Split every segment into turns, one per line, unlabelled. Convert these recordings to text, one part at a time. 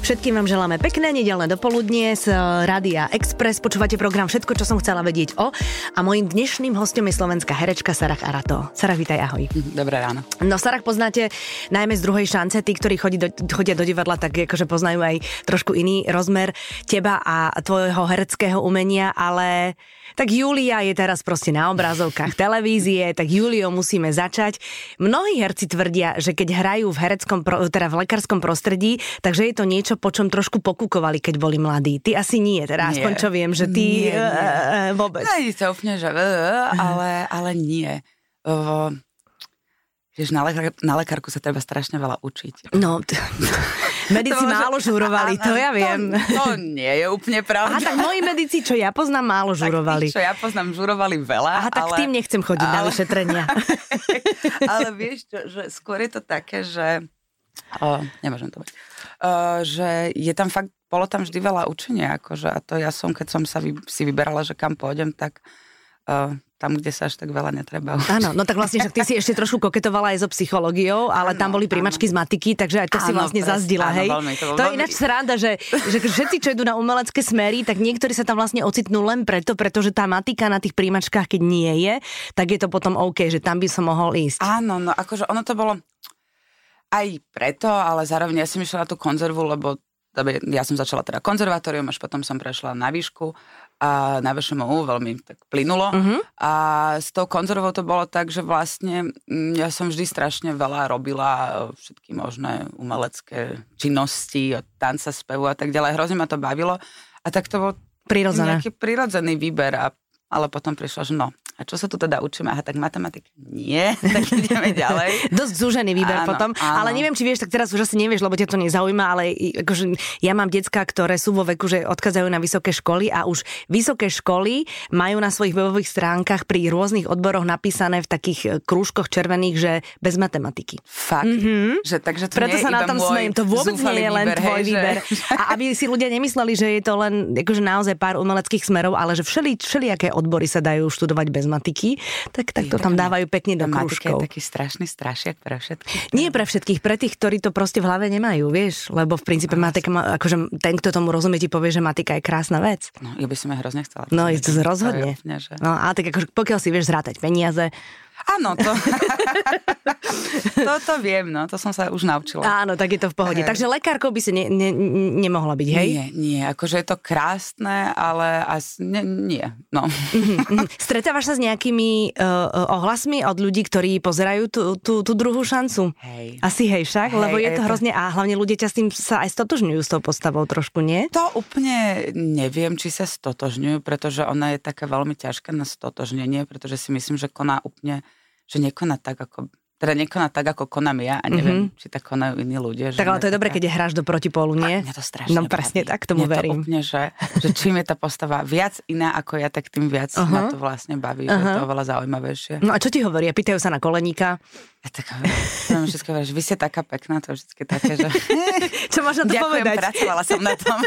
Všetkým vám želáme pekné nedeľné dopoludnie z Rádia Express. Počúvate program Všetko, čo som chcela vedieť o. A mojím dnešným hostom je slovenská herečka Sarah Arato. Sarah, vítaj, ahoj.
Dobré ráno.
No, Sarah poznáte najmä z Druhej šance. Tí, ktorí chodia do divadla, tak akože poznajú aj trošku iný rozmer teba a tvojho hereckého umenia, ale tak Júlia je teraz proste na obrazovkách televízie, tak Júliou musíme začať. Mnohí herci tvrdia, že keď hrajú v v lekárskom prostredí, takže je to niečo, po čom trošku pokúkovali, keď boli mladí. Ty asi nie, teda aspoň čo viem, že ty vôbec.
Nie, to úplne, že ale nie. Vieš, na lekárku sa treba strašne veľa učiť.
No, medici málo žurovali, to ja viem.
To nie je úplne pravda.
Aha, tak moji medici, čo ja poznám, málo žurovali.
Tak tí, čo ja poznám, žurovali veľa.
Aha, tak tým nechcem chodiť na vyšetrenia.
Ale vieš, že skôr je to také, že nemôžem to byť. Že je tam fakt, bolo tam vždy veľa učenia, akože, a to ja som, keď som si vyberala, že kam pôjdem, tak tam, kde sa až tak veľa netreba.
Áno, no tak vlastne, však ty si ešte trošku koketovala aj so psychológiou, ale tam boli príjmačky z matiky, takže aj to si vlastne zazdila, hej?
Veľmi,
to je ináč sranda, že všetci, čo idú na umelecké smery, tak niektorí sa tam vlastne ocitnú len pretože tá matika na tých príjmačkách, keď nie je, tak je to potom OK, že tam by som mohol ísť.
Áno, no akože ono to bolo aj preto, ale zároveň ja som išla na tú konzervu, lebo ja som začala teda konzervatórium, až potom som prešla na výšku a na VŠMU veľmi tak plynulo. A s tou konzervou to bolo tak, že vlastne ja som vždy strašne veľa robila všetky možné umelecké činnosti, od tanca, spevu a tak ďalej. Hrozne ma to bavilo. A tak to bol nejaký prirodzený výber. Ale potom prišlo, že a čo sa tu teda učíme? Aha, tak matematika nie, tak ideme ďalej.
Dosť zúžený výber potom, ale neviem, či vieš, tak teraz už asi nevieš, lebo ťa to nezaujíma, ale akože ja mám decká, ktoré sú vo veku, že odchádzajú na vysoké školy a už vysoké školy majú na svojich webových stránkach pri rôznych odboroch napísané v takých krúžkoch červených, že bez matematiky.
Fakt? Že, takže to
preto
nie
sa na tom smejem, to vôbec nie je len tvoj výber. A aby si ľudia nemysleli, že je to len akože naozaj pár umeleckých smerov, ale že všelijaké odbory sa dajú študovať bez matiky, tak to tam dávajú pekne do krúžkov.
Matika je taký strašný strašiak pre všetkých.
Nie pre všetkých, pre tých, ktorí to proste v hlave nemajú, vieš, lebo v princípe matika, akože ten, kto tomu rozumie, ti povie, že matika je krásna vec.
No, ja by som aj hrozne chcela.
No, to rozhodne. No, a tak akože pokiaľ si vieš zrátať peniaze.
Áno, to viem, no, to som sa už naučila.
Áno, tak je to v pohode. Takže lekárkou by si nemohla byť, hej?
Nie, akože je to krásne, ale nie, no.
Stretávaš sa s nejakými ohlasmi od ľudí, ktorí pozerajú tú druhú šancu?
Hej.
Asi však, lebo je to hrozne, a hlavne ľudia ťa s tým sa aj stotožňujú s tou postavou trošku, nie?
To úplne neviem, či sa stotožňujú, pretože ona je taká veľmi ťažká na stotožnenie, pretože si myslím, že koná úplne, že nekoná tak, ako konám ja a neviem, či tak konajú iní ľudia.
Tak ale to je dobré, keď hráš do protipólu, nie?
Mňa to strašne
baví. Presne tak, tomu verím.
Mňa to úplne, že čím je tá postava viac iná ako ja, tak tým viac ma to vlastne baví, že je to oveľa zaujímavejšie.
No a čo ti hovoria? Pýtajú sa na koleníka?
Tak všetko hovoria, že vy ste taká pekná, to je vždy také, že...
Čo máš na to povedať?
Ďakujem, pracovala som na tom.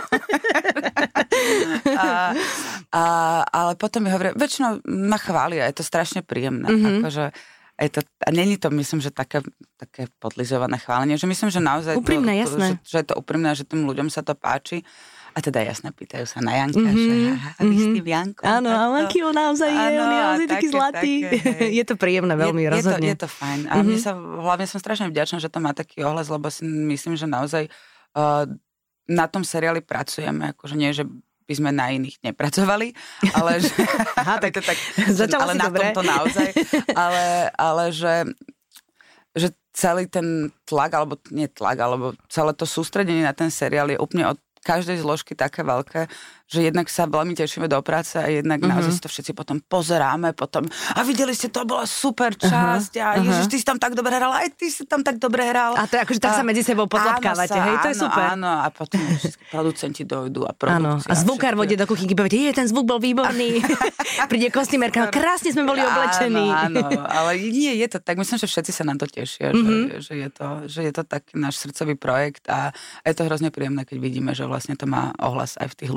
Ale potom mi hovoria, väčšinou ma chvália, je to strašne príjemné. Akože a není to, myslím, že také podlizované chválenie, že myslím, že naozaj
úprimné, jasné.
Že je to úprimné, že tým ľuďom sa to páči. A teda jasne, pýtajú sa na Janka, že vy s tým Jankom.
Áno, ale aký on naozaj je, on je naozaj taký zlatý. Je to príjemné, veľmi rozhodne.
Je to fajn. A mne sa, hlavne som strašne vďačná, že to má taký ohlas, lebo si myslím, že naozaj na tom seriáli pracujeme, akože nie, že by sme na iných nepracovali, ale že...
Aha, tak začala
ale
si
na
dobre.
tomto naozaj. Ale že celý ten tlak, alebo nie tlak, alebo celé to sústredenie na ten seriál je úplne od každej zložky také veľké, že jednak sa veľmi tešíme do práce a jednak naozaj si to všetci potom pozeráme, a videli ste, to bola super časť a Ježiš, ty si tam tak dobre hral, aj ty si tam tak dobre hral.
A to je akože tak sa medzi sebou podľapkávate, hej, to je super.
Áno, a potom všetky producenti dojdú a produkcia.
A zvukár vode do kuchynky, poviete, ten zvuk bol výborný. Príde kostýmerka, krásne sme boli oblečení.
Áno, ale nie je to tak, myslím, že všetci sa na to tešia, že je to taký náš srdcový projekt a je to hrozne príjemné, keď vidíme, že vlastne to má ohlas aj v tých ľuďoch.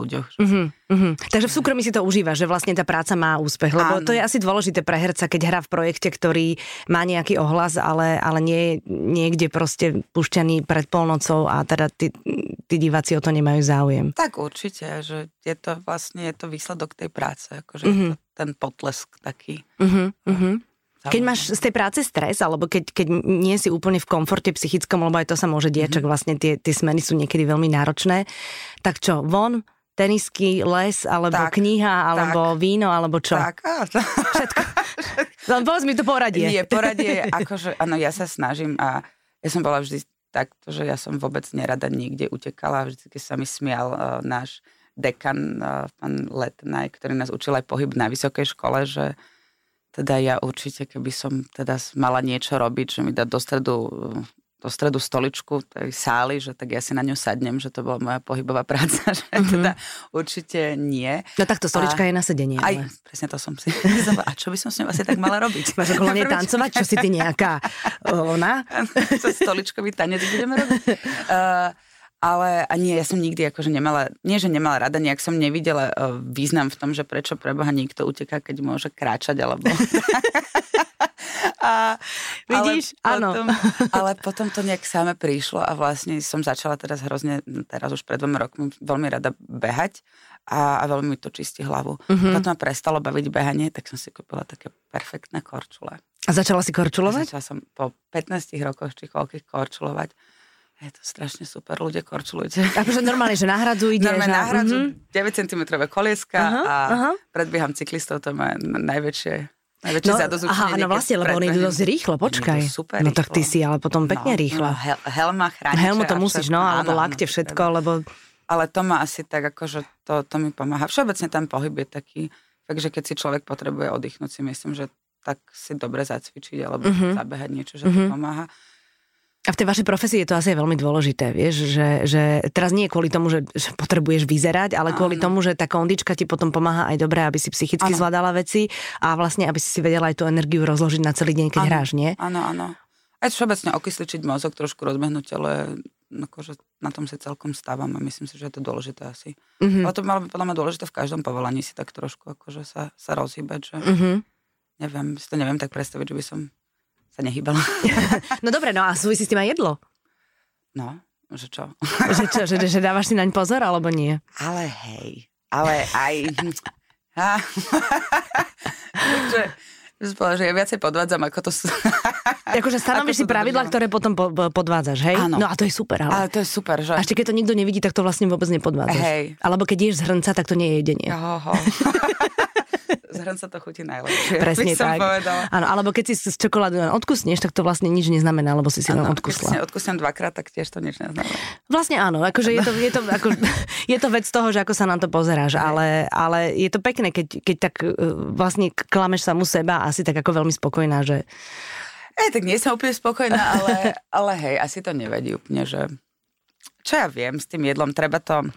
Takže v súkromí si to užíva, že vlastne tá práca má úspech, lebo to je asi dôležité pre herca, keď hrá v projekte, ktorý má nejaký ohlas, ale nie je niekde proste pušťaný pred polnocou a teda tí diváci o to nemajú záujem.
Tak určite, že je to výsledok tej práce, akože je to ten potlesk taký.
Keď máš z tej práce stres, alebo keď nie si úplne v komforte psychickom, lebo aj to sa môže diať, čak vlastne tie smeny sú niekedy veľmi náročné, tak čo, von, tenisky, les, alebo kniha, alebo víno, alebo čo?
Tak,
všetko. Len povedz mi to poradie.
Nie, poradie, akože, áno, ja sa snažím a ja som bola vždy takto, že ja som vôbec nerada nikde utekala, vždy, keď sa mi smial náš dekan, pán Letnaj, ktorý nás učil aj pohyb na vysokej škole, že teda ja určite, keby som teda mala niečo robiť, že mi dá do stredu stoličku tej sály, že tak ja si na ňu sadnem, že to bola moja pohybová práca, že teda určite nie.
No takto stolička je na sedenie.
Aj, presne to som si a čo by som s ňou asi tak mala robiť?
Máš okolo nej tancovať? Čo si ty nejaká ona?
Stoličkový tanec budeme robiť. Ale nie, ja som nikdy akože nemala rada, nejak som nevidela význam v tom, že prečo preboha niekto uteká, keď môže kráčať, alebo...
Vidíš? Áno.
Ale potom to nejak same prišlo a vlastne som začala teraz už pred 2 rokmi veľmi rada behať a veľmi mi to čistí hlavu. Potom ma prestalo baviť behanie, tak som si kúpila také perfektné korčule.
A začala si korčulovať?
Začala som po 15 rokoch či koľkých korčulovať. Je to strašne super, ľudia korčulujte.
Akože normálne, že nahradzu ideš.
Normálne nahradzu 9 cm kolieska a predbieham cyklistov, to má najväčšie zadozučenie.
No vlastne, lebo oni idú dosť rýchlo, počkaj.
Super
no tak ty si ale potom pekne rýchlo.
Helma, chrániče.
Helmu to musíš, alebo lakte všetko, lebo...
Ale to má asi tak, akože to mi pomáha. Všeobecne ten pohyb je taký, takže keď si človek potrebuje oddychnúť, si myslím, že tak si dobre zacvičiť, alebo zabehať niečo, že to pomáha.
A v tej vašej profesii je to asi veľmi dôležité, vieš, že teraz nie kvôli tomu, že potrebuješ vyzerať, ale kvôli tomu, že tá kondička ti potom pomáha aj dobre, aby si psychicky zvládala veci a vlastne, aby si vedela aj tú energiu rozložiť na celý deň, keď hráš, nie?
Áno. Aj všeobecne okysličiť mozog, trošku rozbehnúť telo, akože na tom si celkom stávam a myslím si, že je to dôležité asi. Ale to by malo byť podľa mňa dôležité v každom povolaní si tak trošku akože sa rozhýbať, že neviem tak predstaviť, že by som sa nehýbala.
No dobre, a súvisí s tým aj jedlo?
No, že čo?
Že dávaš si naň pozor, alebo nie?
Ale hej, ale aj... že ja viacej podvádzam, ako to sú...
Akože stanovíš si pravidlá, ktoré potom podvádzaš, hej?
Áno.
No a to je super, ale...
Ale to je super, že...
A ešte keď to nikto nevidí, tak to vlastne vôbec nepodvádzaš.
Hej.
Alebo keď ješ z hrnca, tak to nie je jedenie.
Z hrnca to chutí najlepšie.
Presne tak. Áno, alebo keď si z čokoládu len odkusneš, tak to vlastne nič neznamená, lebo si len odkusla.
Keď si odkusnem 2-krát, tak tiež to nič neznamená.
Vlastne áno, akože je to vec toho, že ako sa na to pozeráš, ale je to pekné, keď tak vlastne klameš samu seba a si tak ako veľmi spokojná, že...
Tak nie som úplne spokojná, ale hej, asi to nevedí úplne, že... Čo ja viem, s tým jedlom treba to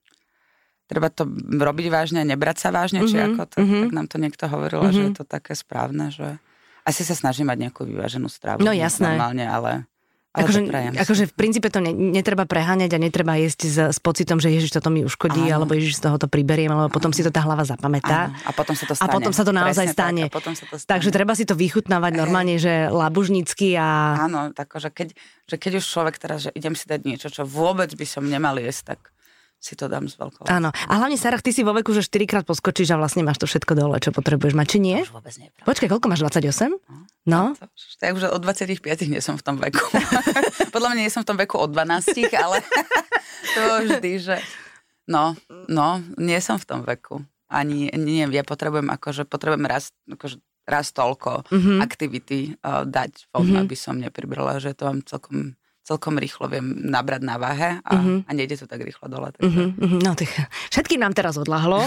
robiť vážne, nebrať sa vážne, či ako to, tak nám to niekto hovoril, že je to také správne, že asi sa snažím mať nejakú vyváženú stravu.
No jasné.
Normálne, ale
akože v princípe to netreba preháňať a netreba jesť s pocitom, že Ježiš, toto mi uškodí, alebo Ježiš, z toho to priberiem, alebo potom si to tá hlava zapamätá.
A potom sa to stane.
A potom sa to naozaj stane. Takže treba si to vychutnávať normálne, že labužnícky a...
Áno, takže keď už človek teraz, že idem si dať niečo, čo vôbec by som nemal jesť, tak si to dám s veľkou.
Áno. A hlavne, Sarah, ty si vo veku, že 4-krát poskočíš a vlastne máš to všetko dole, čo potrebuješ mať, či nie?
To už vôbec nie je pravda.
Počkaj, koľko máš, 28? No?
Tak už od 25 nie som v tom veku. Podľa mňa nie som v tom veku od 12, ale to vždy, že... No, nie som v tom veku. Ani, nie, ja potrebujem raz toľko aktivity dať von, aby som nepribrala, že to mám celkom rýchlo viem nabrať na váhe a nejde to tak rýchlo dole. Takže...
No tak všetkým nám teraz odľahlo.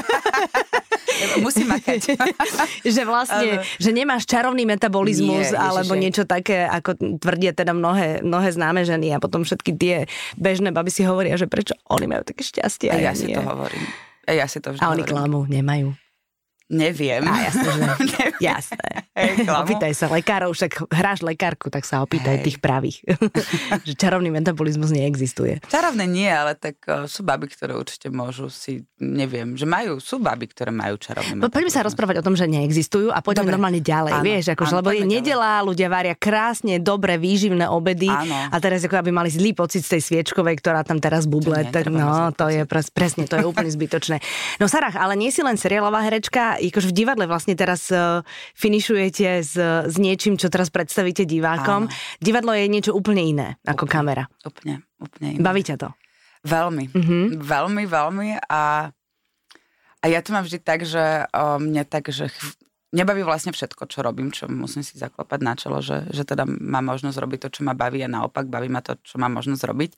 Musím makať.
Že vlastne, že nemáš čarovný metabolizmus alebo niečo také, ako tvrdia teda mnohé známe ženy a potom všetky tie bežné baby si hovoria, že prečo oni majú také šťastie.
A ja si to hovorím. Ja si to vždy
a oni klamú, nemajú.
Neviem.
Jasné, že jasné. Opýtaj sa lekárov, však hráš lekárku, tak sa opýtaj tých pravých. Že čarovný metabolizmus neexistuje.
Čarovné nie, ale tak sú baby, ktoré určite môžu si, neviem, že sú baby, ktoré majú čarovný metabolizmus.
Poďme sa rozprávať o tom, že neexistujú a poďme normálne ďalej, vieš, akože, lebo je nedeľa, ľudia varia krásne, dobre, výživné obedy a teraz ako aby mali zlý pocit z tej sviečkovej, ktorá tam teraz buble, tak no, to je presne, to je úplne zbytočné. No Sarah, ale nie si len seriálová herečka, akože v divadle vlastne teraz finišujete s niečím, čo teraz predstavíte divákom. Áno. Divadlo je niečo úplne iné ako kamera.
Úplne iné.
Baví ťa to?
Veľmi. Veľmi. A ja to mám vždy tak, že nebaví vlastne všetko, čo robím, čo musím si zaklopať na čelo, že teda mám možnosť robiť to, čo ma baví a naopak baví ma to, čo mám možnosť robiť.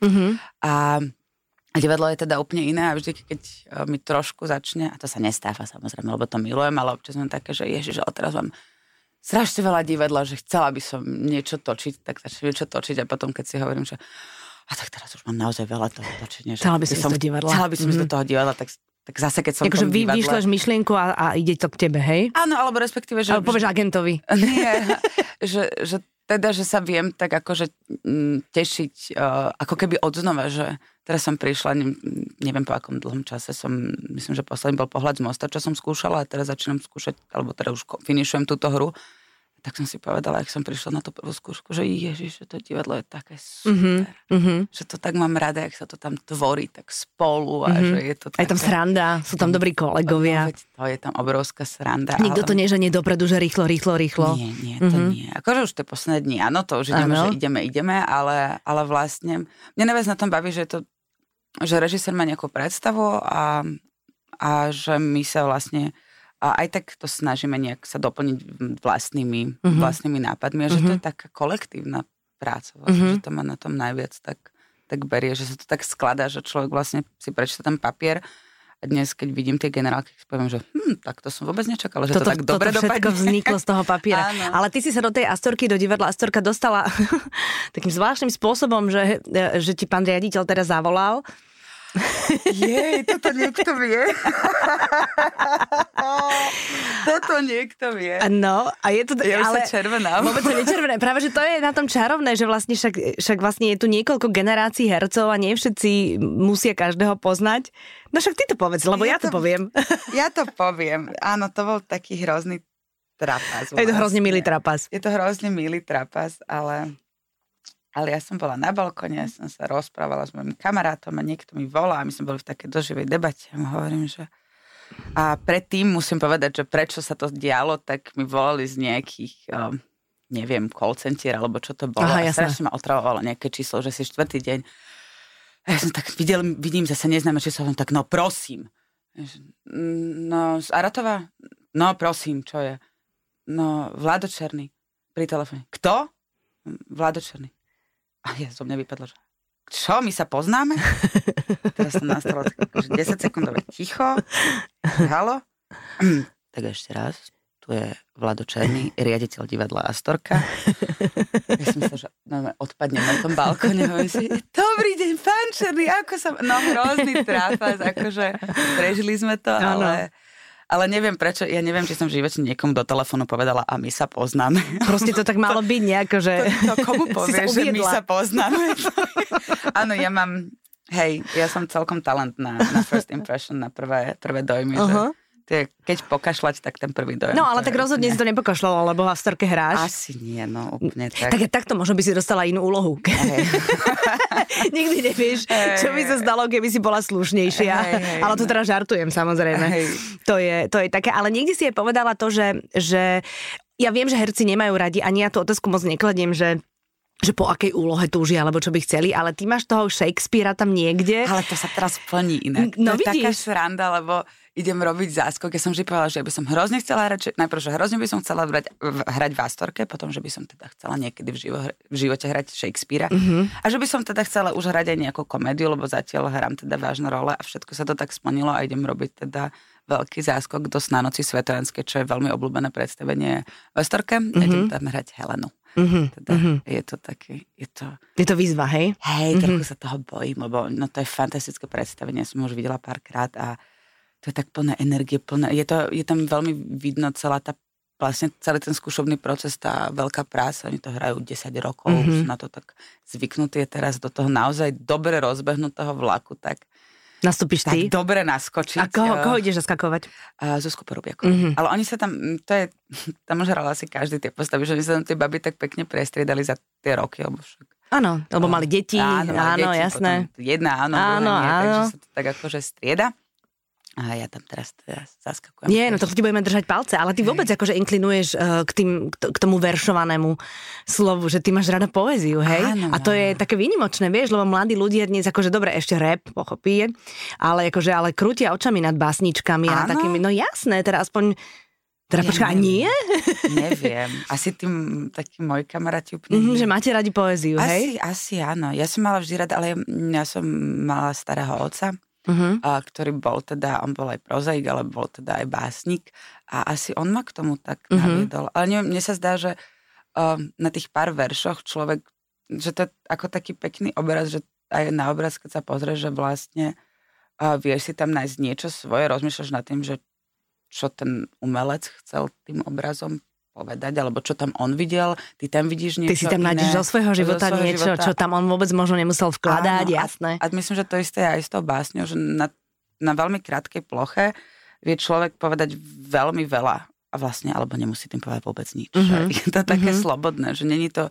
A divadlo je teda úplne iné a vždy, keď mi trošku začne, a to sa nestáva samozrejme, lebo to milujem, ale občas mám také, že ježiš, ale teraz mám strašne veľa divadla, že chcela by som niečo točiť, tak začnem niečo točiť a potom, keď si hovorím, že a tak teraz už mám naozaj veľa toho točenia.
Chcela by som do divadla.
Chcela by som do toho divadla, tak zase, keď som v tom divadle. Vyšleš myšlienku
a ide to k tebe, hej?
Áno, alebo respektíve, že...
Alebo povieš agentovi.
Nie, že sa viem tak akože tešiť, ako keby odznova, že teraz som prišla, neviem po akom dlhom čase myslím, že posledný bol Pohľad z mosta, čo som skúšala a teraz začínam skúšať, alebo teraz už finišujem túto hru. Tak som si povedala, ak som prišla na tú prvú skúšku, že ježiš, že to divadlo je také super. Že to tak mám rada, jak sa to tam tvorí tak spolu a že je to také...
Aj tam sranda, sú tam dobrí kolegovia.
To je tam obrovská sranda.
Nikto to neženie dopredu, že rýchlo.
Nie, to nie. Akože už tie posledné dni, áno, to už ideme, že ideme, ale vlastne mňa najviac na tom baví, že režisér má nejakú predstavu a že my sa vlastne a aj tak to snažíme nejak sa doplniť vlastnými nápadmi a že to je taká kolektívna práca vlastne, že to ma na tom najviac tak berie, že sa to tak skladá, že človek vlastne si prečíta ten papier a dnes, keď vidím tie generálky, poviem, že tak to som vôbec nečakala, že to tak dobre dopadne. Toto všetko
vzniklo z toho papiera. Ale ty si sa do tej Astorky, do divadla Astorka dostala takým zvláštnym spôsobom, že ti pán riaditeľ teraz zavolal.
Jej, toto niekto vie. Toto niekto vie.
No, a je to...
Ja ale sa červená.
Vôbec sa nečervená. Práve, že to je na tom čarovné, že vlastne však vlastne je tu niekoľko generácií hercov a nie všetci musia každého poznať. No však ty to povedz, lebo ja to poviem.
Ja to poviem. Áno, to bol taký hrozný trapas.
Je to hrozne milý trapas.
Je to hrozne milý trapas, ale ja som bola na balkone, ja som sa rozprávala s mojim kamarátom a niekto mi volá a my sme boli v takej doživej debate. A hovorím, že... A predtým musím povedať, že prečo sa to dialo, tak mi volali z nejakých, neviem, call center, alebo čo to bolo.
Aha,
a strašne ma otravovalo nejaké číslo, že si 4. deň. A ja som tak vidím zase neznáme číslo, tak no prosím. No, z Aratova? No prosím, čo je? No, Vlado Černý pri telefóne. Kto? Vlado Černý. A ja zo mňa vypadlo, že čo, my sa poznáme? Teraz som nastalo 10 sekundové ticho. Halo? Tak ešte raz. Tu je Vlado Černý, riaditeľ divadla Astorka. Ja som sa, že odpadnem na tom balkóne. Dobrý deň, pán Černý, ako sa... No, hrozný trápas, akože prežili sme to, ale neviem prečo, ja neviem, či som v živote niekomu do telefónu povedala a my sa poznáme.
Proste to tak malo byť nejako, že...
To komu povieš, že my sa poznáme? Áno, ja som celkom talent na first impression, na prvé dojmy, že keď pokašľať, tak ten prvý dojem.
No, ale tak rozhodne si to nepokašľalo, lebo v Astorke hráš.
Asi nie, no úplne tak.
Takto možno by si dostala inú úlohu. Nikdy nevieš, čo by sa stalo, keby si bola slušnejšia. Ale to teraz žartujem, samozrejme. To je také, ale niekde si jej povedala to, že ja viem, že herci nemajú radi, ani ja tú otázku moc nekladiem, že po akej úlohe túžia, alebo čo by chceli, ale ty máš toho Shakespearea tam niekde.
Ale to sa teraz plní inak.
No,
to je taká sranda, lebo idem robiť záskok. Ja som vždy povedala, že by som hrozne chcela hrať, najprv, že hrozne by som chcela hrať v Astorke, potom, že by som teda chcela niekedy v živote hrať Shakespearea. A že by som teda chcela už hrať aj nejakú komédiu, lebo zatiaľ hrám teda vážne role a všetko sa to tak splnilo a idem robiť teda veľký záskok do Sna noci svetojanské, čo je veľmi obľúbené predstavenie v Astorke. Idem tam hrať Helenu. Je to také,
je to výzva, hej?
Hej, trochu sa toho bojím, lebo to je fantastické predstavenie, ja som ho už videla párkrát a to to je tak plné energie, je tam veľmi vidno vlastne celý ten skúšobný proces, tá veľká práca, oni to hrajú 10 rokov, už na to tak zvyknutí, je teraz do toho naozaj dobre rozbehnutého vlaku, tak
nastúpiš ty?
Tak dobre naskočiť.
A koho ideš zaskakovať?
Zuzku Porubiakovú. Ale oni sa tam, tam už hral asi každý tie postavy, že oni sa tam tie baby tak pekne prestriedali za tie roky, alebo však.
Áno, lebo mali deti, áno, jasné.
Jedna, áno. Takže sa to tak akože strieda. A ja tam teraz zaskakujem.
Nie, no to ti budeme držať palce, ale ty vôbec akože inklinuješ k tomu veršovanému slovu, že ty máš rada poéziu, hej?
Áno,
a to je také výnimočné, vieš, lebo mladí ľudia dnes akože dobre, ešte rap, pochopí, ale krútia očami nad básničkami a takými, no jasné, teda aspoň počkaj, nie?
Neviem. Asi takí moji kamaráti úplne...
že máte radi poéziu, hej?
Asi áno. Ja som mala vždy rada, ale ja som mala starého otca, ktorý bol teda, on bol aj prozaik, ale bol teda aj básnik a asi on ma k tomu tak naviedol. Ale neviem, mne sa zdá, že na tých pár veršoch človek, že to je ako taký pekný obraz, že aj na obraz, keď sa pozrieš, že vlastne vieš si tam nájsť niečo svoje, rozmýšľaš nad tým, že čo ten umelec chcel tým obrazom povedať, alebo čo tam on videl, ty tam vidíš niečo iné. Ty si
tam nájdeš zo svojho života niečo, čo tam on vôbec možno nemusel vkladať, áno, jasné.
A myslím, že to isté aj s tou básňou, že na veľmi krátkej ploche vie človek povedať veľmi veľa a vlastne, alebo nemusí tým povedať vôbec nič. Je to také slobodné, že není to,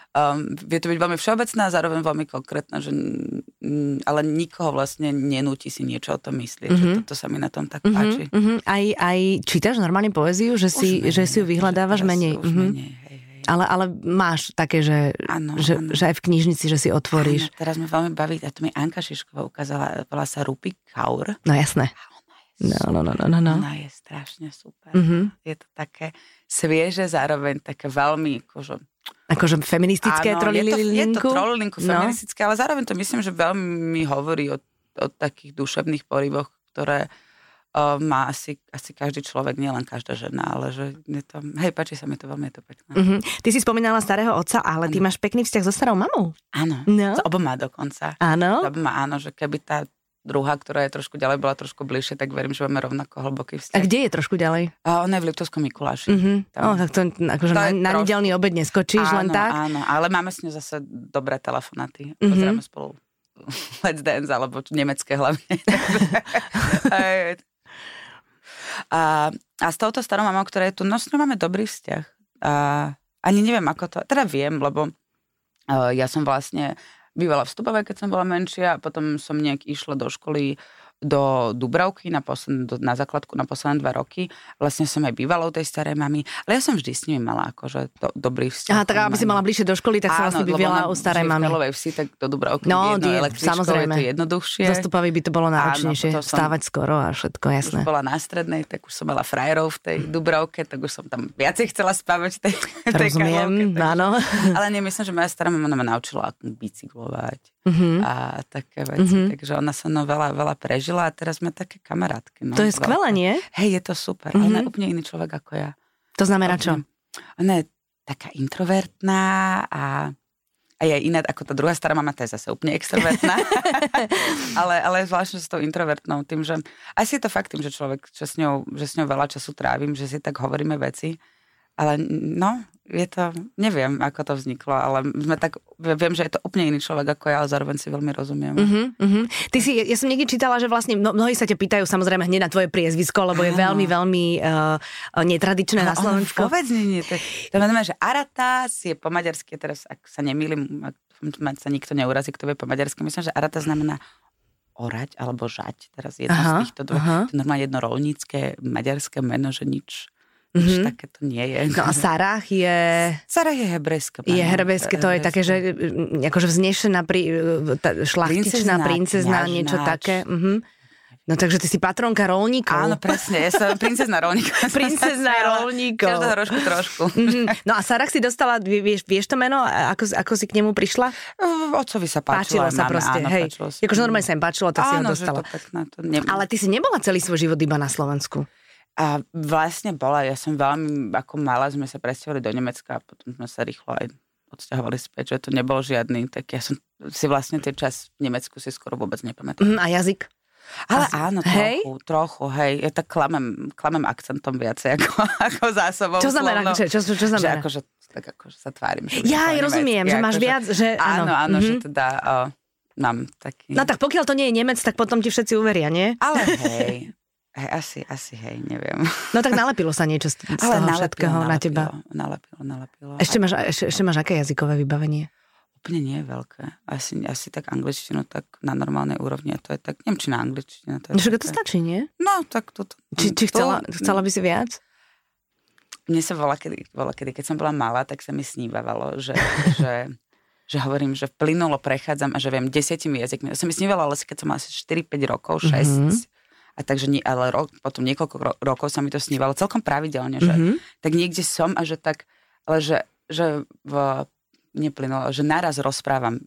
vie to byť veľmi všeobecné a zároveň veľmi konkrétne, že, ale nikoho vlastne nenúti si niečo o tom myslieť, že toto sa mi na tom tak páči.
Aj čítaš normálne poéziu, že si ju vyhľadávaš menej?
Menej, hej.
Ale máš také, že aj v knižnici, že si otvoríš.
Áno, teraz ma veľmi baví, a to mi Anka Šišková ukázala, volá sa Rupi Kaur.
No jasné. No.
Ona je strašne super. Je to také svieže, zároveň také veľmi
akože feministické trolilinku?
Je to trolilinku feministické, ale zároveň to myslím, že veľmi hovorí o takých duševných poryboch, ktoré má asi každý človek, nielen každá žena, ale že je to, páči sa mi to veľmi, je to pekné.
Ty si spomínala starého otca, ale ty máš pekný vzťah so starou mamou?
Áno, s oboma dokonca.
Áno?
S oboma, áno, že keby tá druhá, ktorá je trošku ďalej, bola trošku bližšie, tak verím, že máme rovnako hlboký vzťah.
A kde je trošku ďalej?
Ona je v Liptovskom Mikuláši.
Tak to akože na nedeľný obed neskočíš len tak?
Áno, ale máme s ňou zase dobré telefonáty. Pozeráme spolu Let's Dance, alebo nemecké hlavne. A s touto starou mamou, ktorá je tu, no s ňou máme dobrý vzťah. Ani neviem, ako to, teda viem, lebo ja som vlastne bývala v Stupove, keď som bola menšia, a potom som nejak išla do školy do Dubravky na základku na posledné 2 roky. Vlastne som aj bývala u tej starej mamy, ale ja som vždy s nimi mala akože dobrý vzťah.
Tak aby si mala bližšie do školy, tak sa vlastne bývala u starej mamy.
Áno, v Helovej Vsi, tak do Dubravky električkou,
samozrejme.
je to jednoduchšie.
Zo Stupavy by to bolo náročnejšie, vstávať skoro a všetko, jasné.
Už bola na strednej, tak už som mala frajerov v tej Dubravke, tak už som tam viacej chcela spávať v tej
Rozumiem, áno.
Ale nemyslím, že moja stará mama ma naučila bicyklovať a také veci, takže ona sa veľa prežila a teraz sme také kamarátky.
To je skvelé, nie?
Hej, je to super, ale ona je úplne iný človek ako ja.
To znamená čo?
Ona je taká introvertná a je iná ako tá druhá stará mama, tá je zase úplne extrovertná. ale zvláštne s tou introvertnou, tým, že asi je to fakt tým, že človek, že s ňou veľa času trávim, že si tak hovoríme veci, ale je to, neviem, ako to vzniklo, ale viem, že je to úplne iný človek ako ja, ale zároveň si veľmi rozumiem.
Ja som niekde čítala, že vlastne mnohí sa ťa pýtajú samozrejme hneď na tvoje priezvisko, lebo je veľmi, veľmi netradičné na Slovensku.
Vôbec nie. To znamená, že Aratas je po maďarsky, teraz ak sa nemýlim, ak sa nikto neurazí, kto vie po maďarsky, myslím, že Aratas znamená orať alebo žať. Teraz jedno z týchto dvoch. To je normálne jedno rolnícke maďarské meno, že nič také to nie je.
No a Sarah je...
Sarah je hebrejské.
Je hebrejské, to je také, že akože vznešená šlachtičná princezná, niečo také. No takže ty si patronka rolníkov.
Áno, presne, ja som princezná rolníkov.
Princezná rolníkov.
Každého trošku.
No a Sarah si dostala, vieš to meno? Ako si k nemu prišla?
Otcovi sa páčilo.
Páčilo sa proste, hej. Akože normálne sa im páčilo, tak si ho dostala. Ale ty si nebola celý svoj život iba na Slovensku.
A vlastne ja som veľmi, ako malá, sme sa presťahovali do Nemecka a potom sme sa rýchlo aj odsťahovali späť, že to nebol žiadny, tak ja som si vlastne ten čas v Nemecku si skoro vôbec nepamätala.
A jazyk?
Ale áno, trochu, hej. Ja tak klamem akcentom viacej ako zásobou.
Čo znamená? Čo znamená?
Že akože sa tvárim.
Ja rozumiem, že máš viac, že
áno, že teda mám taký...
No tak pokiaľ to nie je Nemec, tak potom ti všetci uveria, nie?
Ale hej, asi, neviem.
No tak nalepilo sa niečo z toho všetkého na teba.
Nalepilo.
Ešte máš aké jazykové vybavenie?
Úplne nie je veľké. Asi tak angličtinu, tak na normálnej úrovni. A to je tak, neviem, či na angličtine.
No však to stačí, nie?
No, tak toto.
Či chcela by si viac?
Mne sa volá, kedy, keď som bola malá, tak sa mi snívalo, že hovorím, že plynulo prechádzam a že viem 10 jazykmi. To sa mi snívalo, ale keď som mala asi 4-5 rokov, 6, a takže potom niekoľko rokov sa mi to snívalo celkom pravidelne, že tak niekde som a že tak, ale že neplynulo, že naraz rozprávam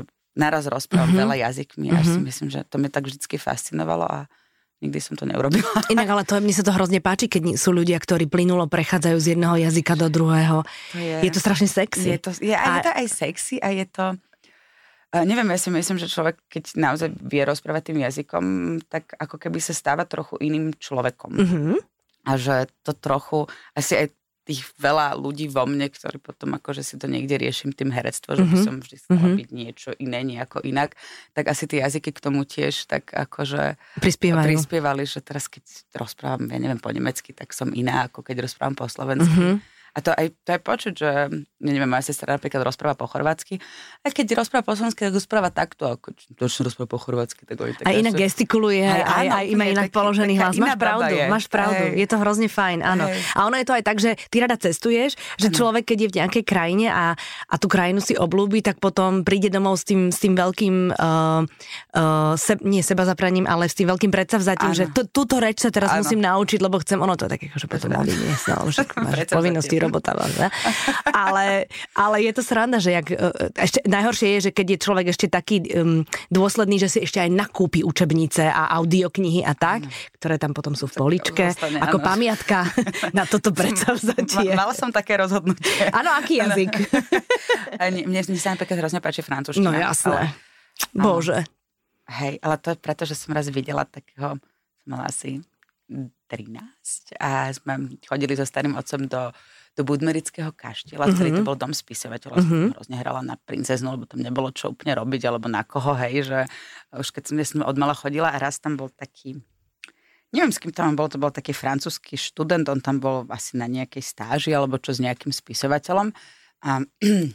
veľa jazykmi a si myslím, že to mi tak vždycky fascinovalo a nikdy som to neurobila.
Inak, ale mne sa to hrozne páči, keď sú ľudia, ktorí plynulo prechádzajú z jedného jazyka do druhého. Je to strašne sexy.
Je to aj sexy a je to... Neviem, ja si myslím, že človek, keď naozaj vie rozprávať tým jazykom, tak ako keby sa stáva trochu iným človekom. A že to trochu... Asi aj tých veľa ľudí vo mne, ktorí potom akože si to niekde riešim tým herectvom, že by som vždy chcela byť niečo iné, nejako inak, tak asi tie jazyky k tomu tiež tak akože prispievali, že teraz keď rozprávam, ja neviem, po nemecky, tak som iná, ako keď rozprávam po slovensky. A to aj počuť, že neviem, moja sestra napríklad rozpráva po chorvátsky, a keď rozpráva po slovensky, tak rozpráva takto, ako čo rozpráva po chorvátsky, tak aj
a inak gestikuluje, aj má inak položený hlas. Máš pravdu, je to hrozne fajn, áno. A ono je to aj tak, že ty rada cestuješ, že človek, keď je v nejakej krajine a tú krajinu si obľúbi, tak potom príde domov s tým veľkým nie sebazapraním, ale s tým veľkým predsavzatím, že túto reč sa teraz musím naučiť, lebo chcem, ono to je také, že potom že máš povinnosti, robota, ne? Ale je to sranda, že ešte najhoršie je, že keď je človek ešte taký dôsledný, že si ešte aj nakúpi učebnice a audioknihy a tak, ktoré tam potom sú v poličke, ako pamiatka na toto predsavzatie.
Mala som také rozhodnutie.
Áno, aký jazyk?
Mne sa napríklad hrozne páči francúzština.
No jasné. Bože.
Hej, ale to je preto, že som raz videla takého, som mala asi 13 a sme chodili so starým otcom do Budmerického kaštieľa, ktorý to bol dom spisovateľa. Som hrozne hrala na princeznu, lebo tam nebolo čo úplne robiť, alebo na koho, hej, že už keď som odmala chodila a raz tam bol taký, neviem s kým tam bol, to bol taký francúzsky študent, on tam bol asi na nejakej stáži, alebo čo s nejakým spisovateľom a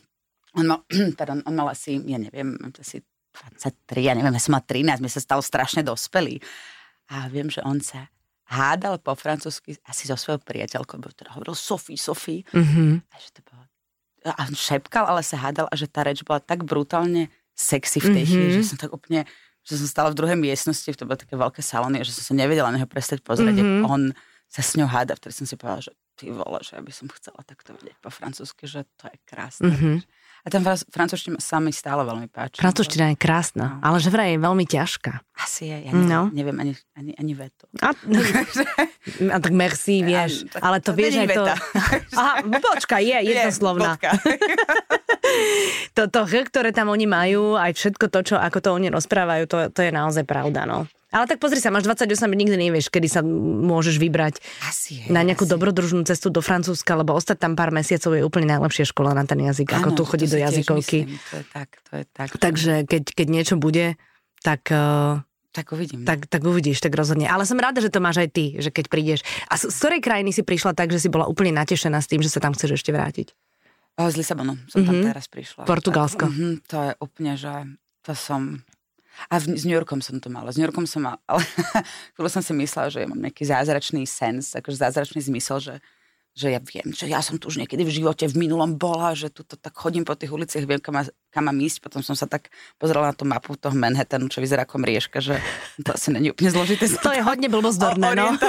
on mal asi, ja neviem, asi 23, ja neviem, ja som mal 13, mi sa stal strašne dospelý a viem, že on sa hádal po francúzsky asi so svojou priateľkou, lebo teda hovoril Sophie. A že to bolo... A šepkal, ale sa hádal a že tá reč bola tak brutálne sexy v tej chvíli, že som tak úplne, že som stála v druhej miestnosti, to bolo také veľké salóny a že som sa nevedela na neho prestať pozrieť, jak on sa s ňou háda, vtedy som si povedala, že ty vole, že ja by som chcela takto vedieť po francúzsky, že to je krásne. A ten francúzština sa mi stále veľmi páči.
Francúzština je krásna, ale že vraj je veľmi ťažká.
Asi je, ja neviem ani vetu.
A tak merci, vieš, ale to vieš aj to... Aha, počkaj, je jednoslovná. To, ktoré tam oni majú, aj všetko to, čo, ako to oni rozprávajú, to je naozaj pravda, no. Ale tak pozri sa, máš 28, nikdy nevieš, kedy sa môžeš vybrať na nejakú dobrodružnú cestu do Francúzska, lebo ostať tam pár mesiacov je úplne najlepšia škola na ten jazyk, ako tu chodiť do jazykovky.
To je tak.
Takže keď niečo bude, tak
uvidím.
Tak uvidíš, tak rozhodne. Ale som rada, že to máš aj ty, že keď prídeš. A z ktorej krajiny si prišla tak, že si bola úplne natešená s tým, že sa tam chceš ešte vrátiť?
Z Lisabonu som tam teraz prišla.
Portugalsko.
To je úplne, že to som... A s New Yorkom som to mala. S New Yorkom som mala, ale chvíľu som si myslela, že ja mám nejaký zázračný sens, akože zázračný zmysel, že ja viem, že ja som tu už niekedy v živote v minulom bola, že tu tak chodím po tých uliciach, viem, kam mám ísť. Potom som sa tak pozerala na tú mapu toho Manhattanu, čo vyzerá ako mriežka, že to asi není úplne zložité.
To je hodne blbozdorné, no.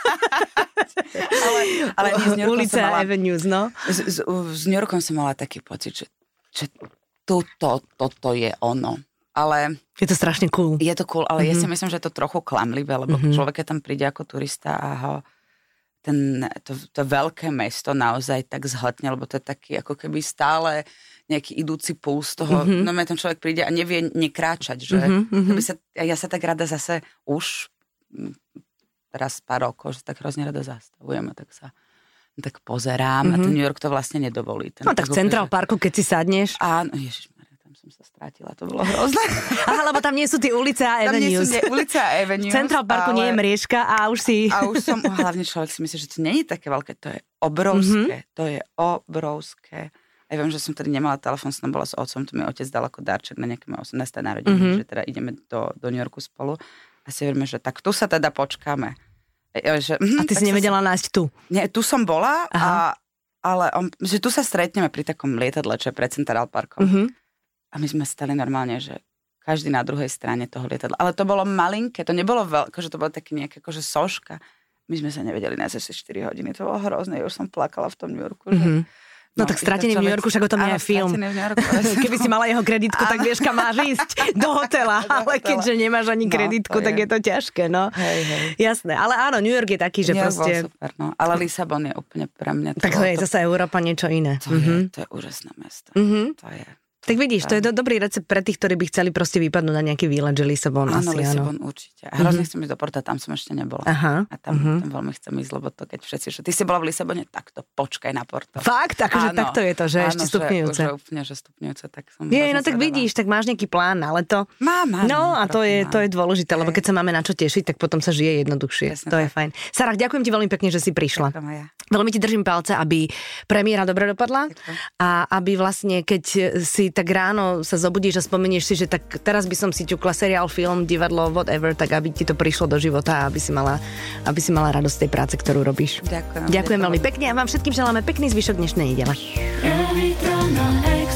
ale nie, s New Yorkom
ulica
mala,
Avenues, no.
S New Yorkom som mala taký pocit, že toto je ono. Ale...
Je to strašne cool.
Je to cool, ale ja si myslím, že je to trochu klamlivé, lebo človek, keď tam príde ako turista a ho to veľké mesto naozaj tak zhotne, lebo to je taký ako keby stále nejaký idúci puls toho, no ten človek príde a nevie nekráčať, že ja sa tak rada zase už teraz pár rokov, že tak hrozne rada zastavujem a tak pozerám a ten New York to vlastne nedovolí.
No tak v Central Parku, keď si sadneš.
Áno, ježišmaria, tam som sa strátila, to bolo hrozné.
Aha, lebo tam nie sú tie ulice a avenues.
Tam nie sú ulice a avenues.
V Central Parku nie je mriežka a už si...
A už som, hlavne človek si myslí, že to nie je také veľké, to je obrovské, to je obrovské. Ja viem, že som tedy nemala telefón, som bola s otcom, to mi otec dal ako darček na nejaké 18. narodeniny, že teda ideme do New Yorku spolu. A si vieme, že tak tu sa teda počkáme.
A ty si nevedela nájsť tu?
Nie, tu som bola, ale že tu sa stretneme pri takom lietadle, čo je pred Central Parkom. A my sme stali normálne, že každý na druhej strane toho lietadla. Ale to bolo malinké, to nebolo veľké, že to bolo také nejaké akože soška. My sme sa nevedeli nájsť asi 4 hodiny, to bolo hrozné, ja už som plakala v tom New Yorku, že...
No tak Stratený v New Yorku, však o tom je aj film. Keby si mala jeho kreditku, tak vieš, kam máš ísť do hotela, ale keďže nemáš ani kreditku, tak je to ťažké, no.
Hej.
Jasné, ale áno, New York je taký, že proste...
Super, no. Ale Lisabon je úplne pre mňa...
Tak to je zase Európa niečo iné.
To je úžasné mesto. To je...
Tak vidíš, to je dobrý recept pre tých, ktorí by chceli proste vypadnúť na nejaký výlet, že Lisabon
áno,
asi,
Lisabon určite. A hrozne chcem ísť do Porta, tam som ešte nebola.
Aha.
A tam veľmi chcem ísť, lebo to keď všetci, že ty si bola v Lisabone, tak to počkaj na Porto.
Fakt? Akože takto je to, že
áno,
ešte stupňujúce.
Áno, že úplne, že stupňujúce, tak som...
No tak vidíš, tak máš nejaký plán na leto.
Mám.
No a to je dôležité, lebo keď sa máme na čo tešiť, tak potom sa žije jednoduchšie.
Presne
to
tak.
je fajn. Sarah, ďakujem ti veľmi pekne, že si prišla.
Ja.
Veľmi ti držím palce, aby premiéra dobre dopadla a aby vlastne, keď si tak ráno sa zobudíš a spomenieš si, že tak teraz by som si ťukla seriál, film, divadlo, whatever, tak aby ti to prišlo do života a aby si mala radosť tej práce, ktorú robíš.
Ďakujem.
Ďakujem veľmi pekne a vám všetkým želáme pekný zvyšok dnešnej nedele.